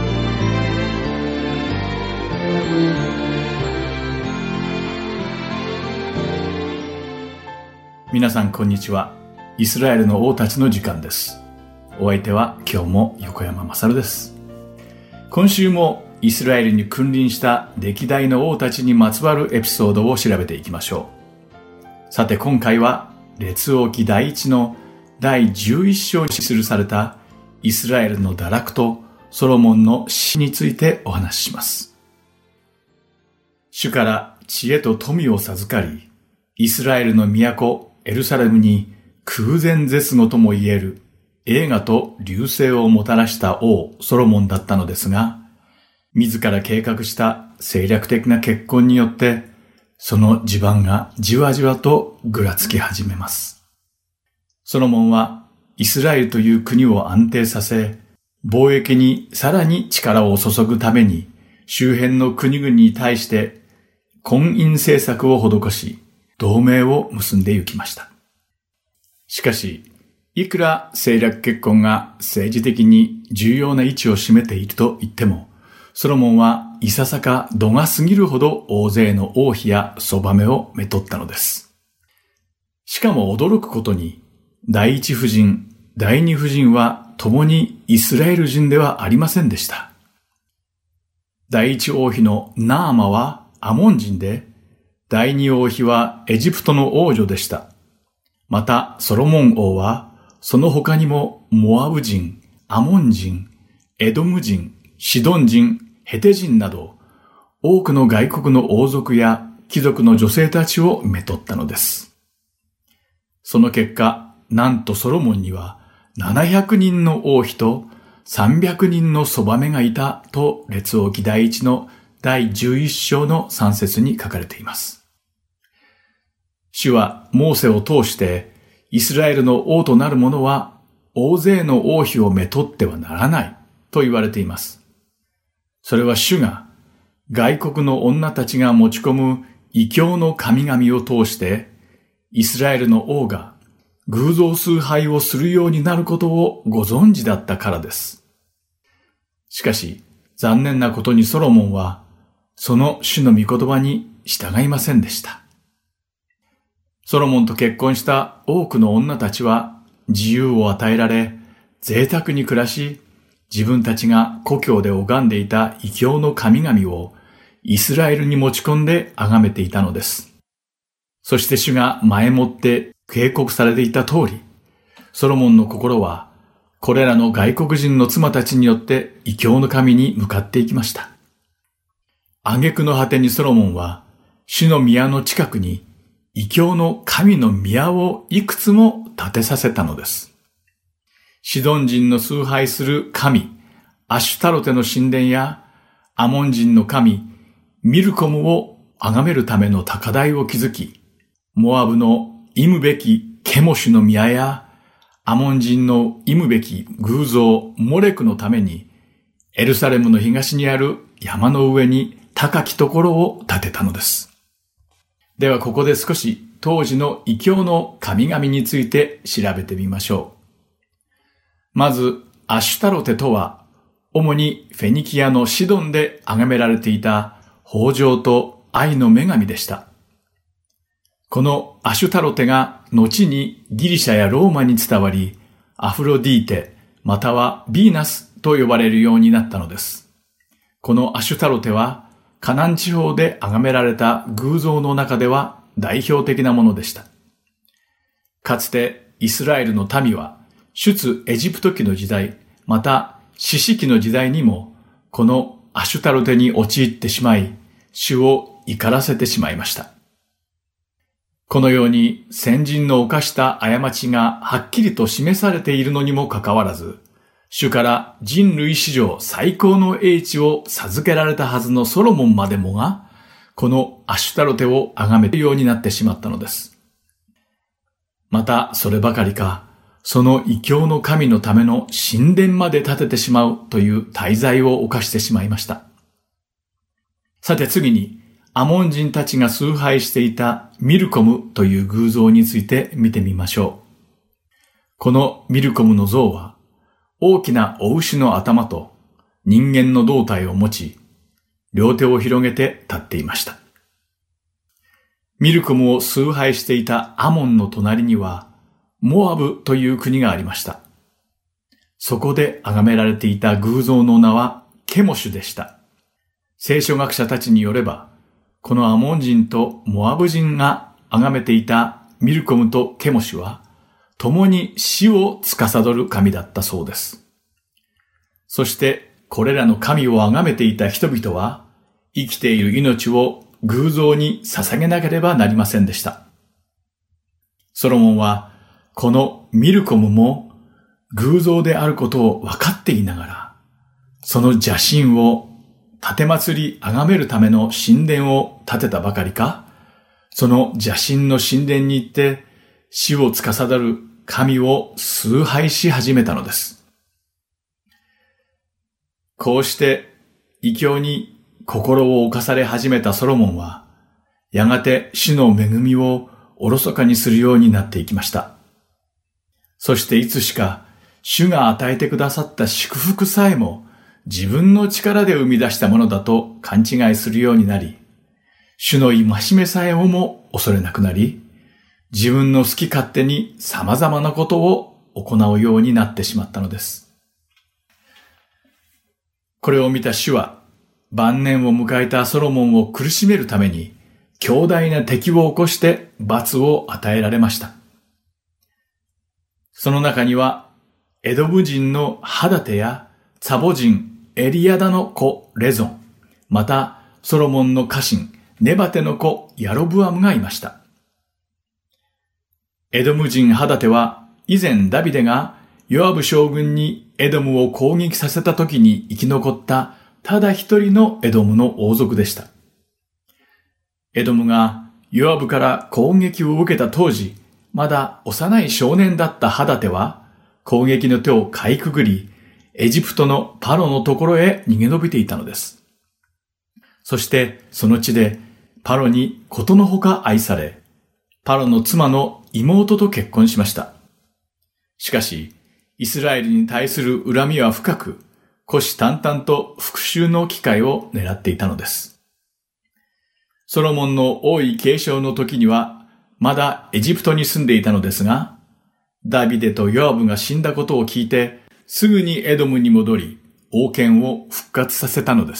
皆さんこんにちは。イスラエルの王たちの時間です。お相手は今日も横山まさるです。今週もイスラエルに君臨した歴代の王たちにまつわるエピソードを調べていきましょう。さて今回は列王記第一のだいじゅういっ章に記されたイスラエルの堕落とソロモンの死についてお話しします。主から知恵と富を授かり、イスラエルの都エルサレムに空前絶後とも言える栄華と隆盛をもたらした王ソロモンだったのですが、自ら計画した政略的な結婚によってその地盤がじわじわとぐらつき始めます。ソロモンはイスラエルという国を安定させ、貿易にさらに力を注ぐために周辺の国々に対して婚姻政策を施し、同盟を結んで行きました。しかし、いくら政略結婚が政治的に重要な位置を占めていると言っても、ソロモンはいささか度が過ぎるほど大勢の王妃やそばめをめとったのです。しかも驚くことに、第一夫人、第二夫人は共にイスラエル人ではありませんでした。第一王妃のナーマはアモン人で、第二王妃はエジプトの王女でした。またソロモン王はその他にもモアブ人、アモン人、エドム人、シドン人、ヘテ人など多くの外国の王族や貴族の女性たちをめとったのです。その結果、なんとソロモンにはななひゃくにんの王妃とさんびゃくにんのそばめがいたと列王記第一のだいじゅういっ章のさん節に書かれています。主はモーセを通してイスラエルの王となる者は大勢の王妃をめとってはならないと言われています。それは主が外国の女たちが持ち込む異教の神々を通してイスラエルの王が偶像崇拝をするようになることをご存知だったからです。しかし残念なことにソロモンはその主の御言葉に従いませんでした。ソロモンと結婚した多くの女たちは自由を与えられ、贅沢に暮らし、自分たちが故郷で拝んでいた異教の神々をイスラエルに持ち込んで崇めていたのです。そして主が前もって警告されていた通り、ソロモンの心はこれらの外国人の妻たちによって異教の神に向かっていきました。挙句の果てにソロモンは主の宮の近くに異教の神の宮をいくつも建てさせたのです。シドン人の崇拝する神、アシュタロテの神殿や、アモン人の神、ミルコムを崇めるための高台を築き、モアブの忌むべきケモシュの宮や、アモン人の忌むべき偶像モレクのために、エルサレムの東にある山の上に高きところを建てたのです。ではここで少し当時の異教の神々について調べてみましょう。まず、アシュタロテとは、 主にフェニキアのシドンで崇められていた豊穣と愛の女神でした。このアシュタロテが後にギリシャやローマに伝わり、アフロディーテまたはヴィーナスと呼ばれるようになったのです。このアシュタロテはカナン地方で崇められた偶像の中では代表的なものでした。かつてイスラエルの民は出エジプト記の時代、また士師記の時代にもこのアシュタロテに陥ってしまい、主を怒らせてしまいました。このように先人の犯した過ちがはっきりと示されているのにもかかわらず、主から人類史上最高の英知を授けられたはずのソロモンまでもが、このアシュタロテを崇めるようになってしまったのです。またそればかりか、その異教の神のための神殿まで建ててしまうという大罪を犯してしまいました。さて次に、アモン人たちが崇拝していたミルコムという偶像について見てみましょう。このミルコムの像は、大きなお牛の頭と人間の胴体を持ち、両手を広げて立っていました。ミルコムを崇拝していたアモンの隣には、モアブという国がありました。そこで崇められていた偶像の名はケモシュでした。聖書学者たちによれば、このアモン人とモアブ人が崇めていたミルコムとケモシュは、共に死を司る神だったそうです。そして、これらの神を崇めていた人々は、生きている命を偶像に捧げなければなりませんでした。ソロモンは、このミルコムも偶像であることを分かっていながら、その邪神を立て祭り崇めるための神殿を建てたばかりか、その邪神の神殿に行って死を司る神を崇拝し始めたのです。こうして異教に心を侵され始めたソロモンは、やがて主の恵みをおろそかにするようになっていきました。そしていつしか主が与えてくださった祝福さえも自分の力で生み出したものだと勘違いするようになり、主の戒めさえをも恐れなくなり、自分の好き勝手に様々なことを行うようになってしまったのです。これを見た主は、晩年を迎えたソロモンを苦しめるために、強大な敵を起こして罰を与えられました。その中には、エドム人のハダテやツァボ人エリアダの子レゾン、またソロモンの家臣ネバテの子ヤロブアムがいました。エドム人ハダテは以前ダビデがヨアブ将軍にエドムを攻撃させた時に生き残ったただ一人のエドムの王族でした。エドムがヨアブから攻撃を受けた当時、まだ幼い少年だったハダテは攻撃の手をかいくぐり、エジプトのパロのところへ逃げ延びていたのです。そしてその地でパロにことのほか愛され、パロの妻の妹と結婚しました。しかし、イスラエルに対する恨みは深く、虎視眈々と復讐の機会を狙っていたのです。ソロモンの王位継承の時には、まだエジプトに住んでいたのですが、ダビデとヨアブが死んだことを聞いて、すぐにエドムに戻り、王権を復活させたのです。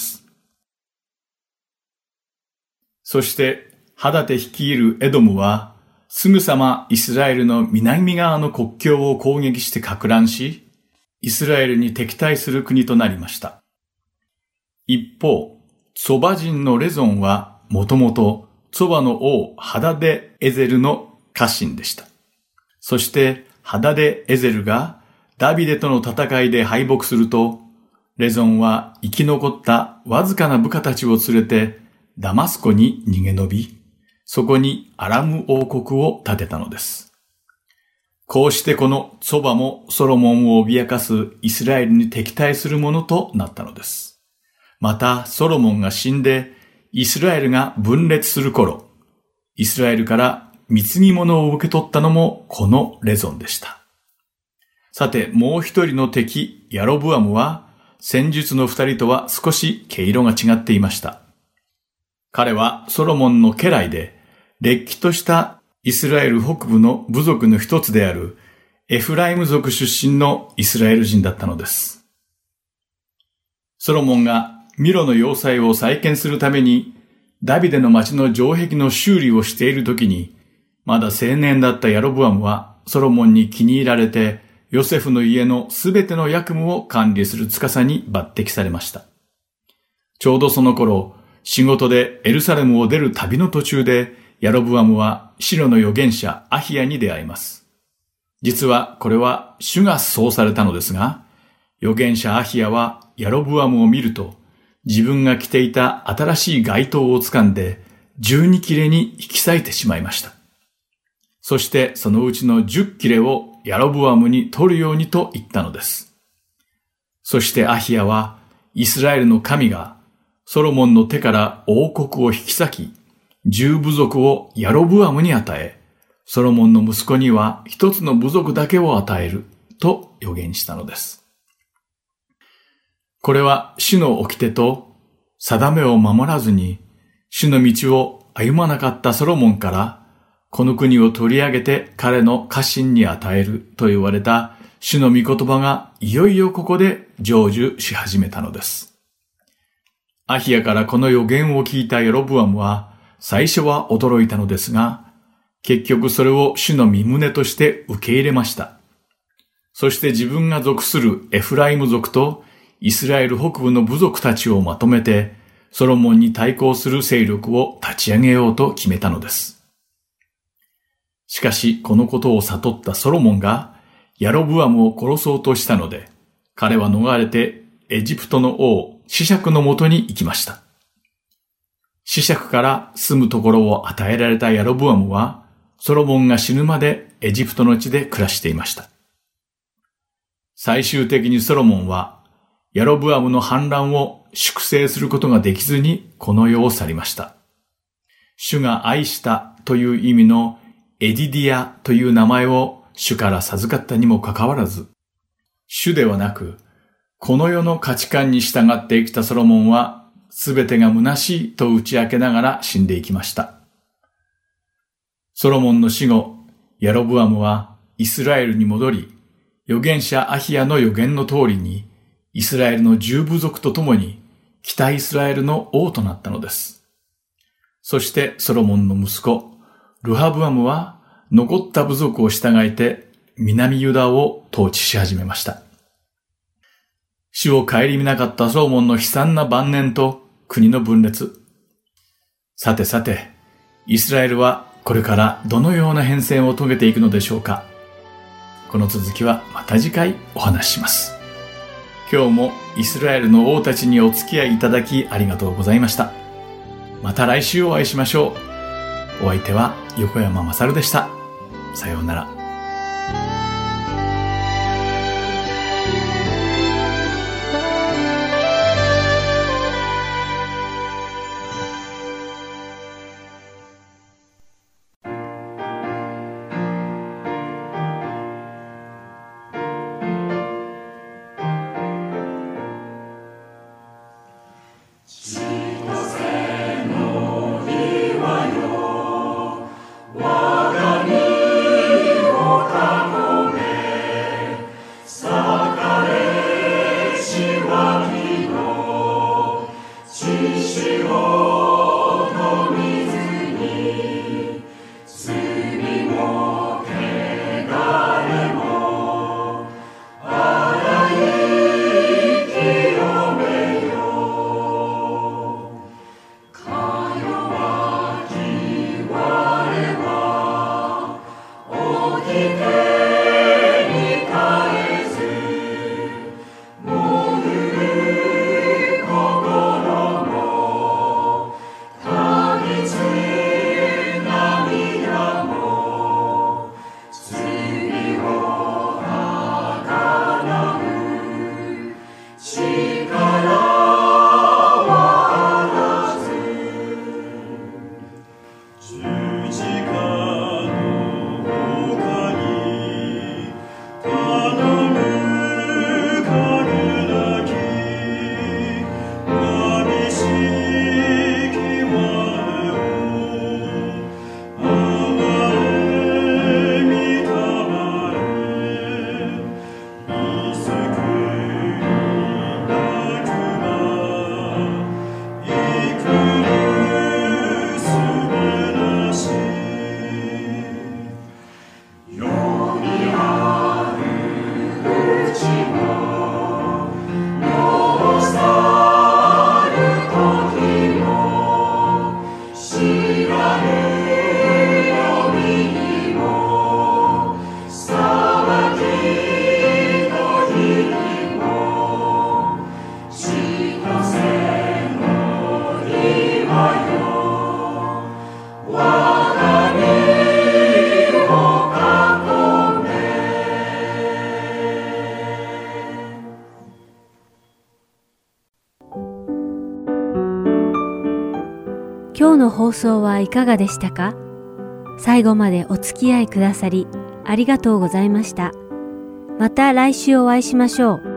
そして、ハダテ率いるエドムは、すぐさまイスラエルの南側の国境を攻撃して撹乱し、イスラエルに敵対する国となりました。一方、ツォバ人のレゾンは、もともとツォバの王ハダデエゼルの家臣でした。そして、ハダデエゼルがダビデとの戦いで敗北すると、レゾンは生き残ったわずかな部下たちを連れてダマスコに逃げ延び、そこにアラム王国を建てたのです。こうしてこのツォバもソロモンを脅かすイスラエルに敵対するものとなったのです。またソロモンが死んでイスラエルが分裂する頃、イスラエルから貢ぎ物を受け取ったのもこのレゾンでした。さて、もう一人の敵、ヤロブアムは、 戦術の二人とは少し毛色が違っていました。彼はソロモンの家来で、れっきとしたイスラエル北部の部族の一つであるエフライム族出身のイスラエル人だったのです。ソロモンがミロの要塞を再建するためにダビデの町の城壁の修理をしているときに、まだ青年だったヤロブアムはソロモンに気に入られて、ヨセフの家のすべての役務を管理する司に抜擢されました。ちょうどその頃、仕事でエルサレムを出る旅の途中で、ヤロブアムはシロの預言者アヒヤに出会います。実はこれは主がそうされたのですが、預言者アヒヤはヤロブアムを見ると、自分が着ていた新しい街灯を掴んで、十二切れに引き裂いてしまいました。そしてそのうちの十切れをヤロブアムに取るようにと言ったのです。そしてアヒヤはイスラエルの神がソロモンの手から王国を引き裂き、十部族をヤロブアムに与え、ソロモンの息子には一つの部族だけを与えると予言したのです。これは主の掟と定めを守らずに主の道を歩まなかったソロモンからこの国を取り上げて彼の家臣に与えると言われた主の御言葉がいよいよここで成就し始めたのです。アヒヤからこの予言を聞いたヨロブアムは最初は驚いたのですが、結局それを主の御旨として受け入れました。そして自分が属するエフライム族とイスラエル北部の部族たちをまとめて、ソロモンに対抗する勢力を立ち上げようと決めたのです。しかしこのことを悟ったソロモンがヤロブアムを殺そうとしたので、彼は逃れてエジプトの王シシャクのもとに行きました。シシャクから住むところを与えられたヤロブアムは、ソロモンが死ぬまでエジプトの地で暮らしていました。最終的にソロモンは、ヤロブアムの反乱を粛清することができずにこの世を去りました。主が愛したという意味のエディディアという名前を主から授かったにもかかわらず、主ではなく、この世の価値観に従って生きたソロモンは、すべてが虚しいと打ち明けながら死んでいきました。ソロモンの死後、ヤロブアムはイスラエルに戻り、預言者アヒヤの預言の通りに、イスラエルの十部族と共に北イスラエルの王となったのです。そしてソロモンの息子、ルハブアムは残った部族を従えて南ユダを統治し始めました。主を顧みなかったソロモンの悲惨な晩年と国の分裂。さてさて、イスラエルはこれからどのような変遷を遂げていくのでしょうか。この続きはまた次回お話しします。今日もイスラエルの王たちにお付き合いいただきありがとうございました。また来週お会いしましょう。お相手は横山まさるでした。さようなら。 今日の放送はいかがでしたか？最後までお付き合いくださりありがとうございました。また来週お会いしましょう。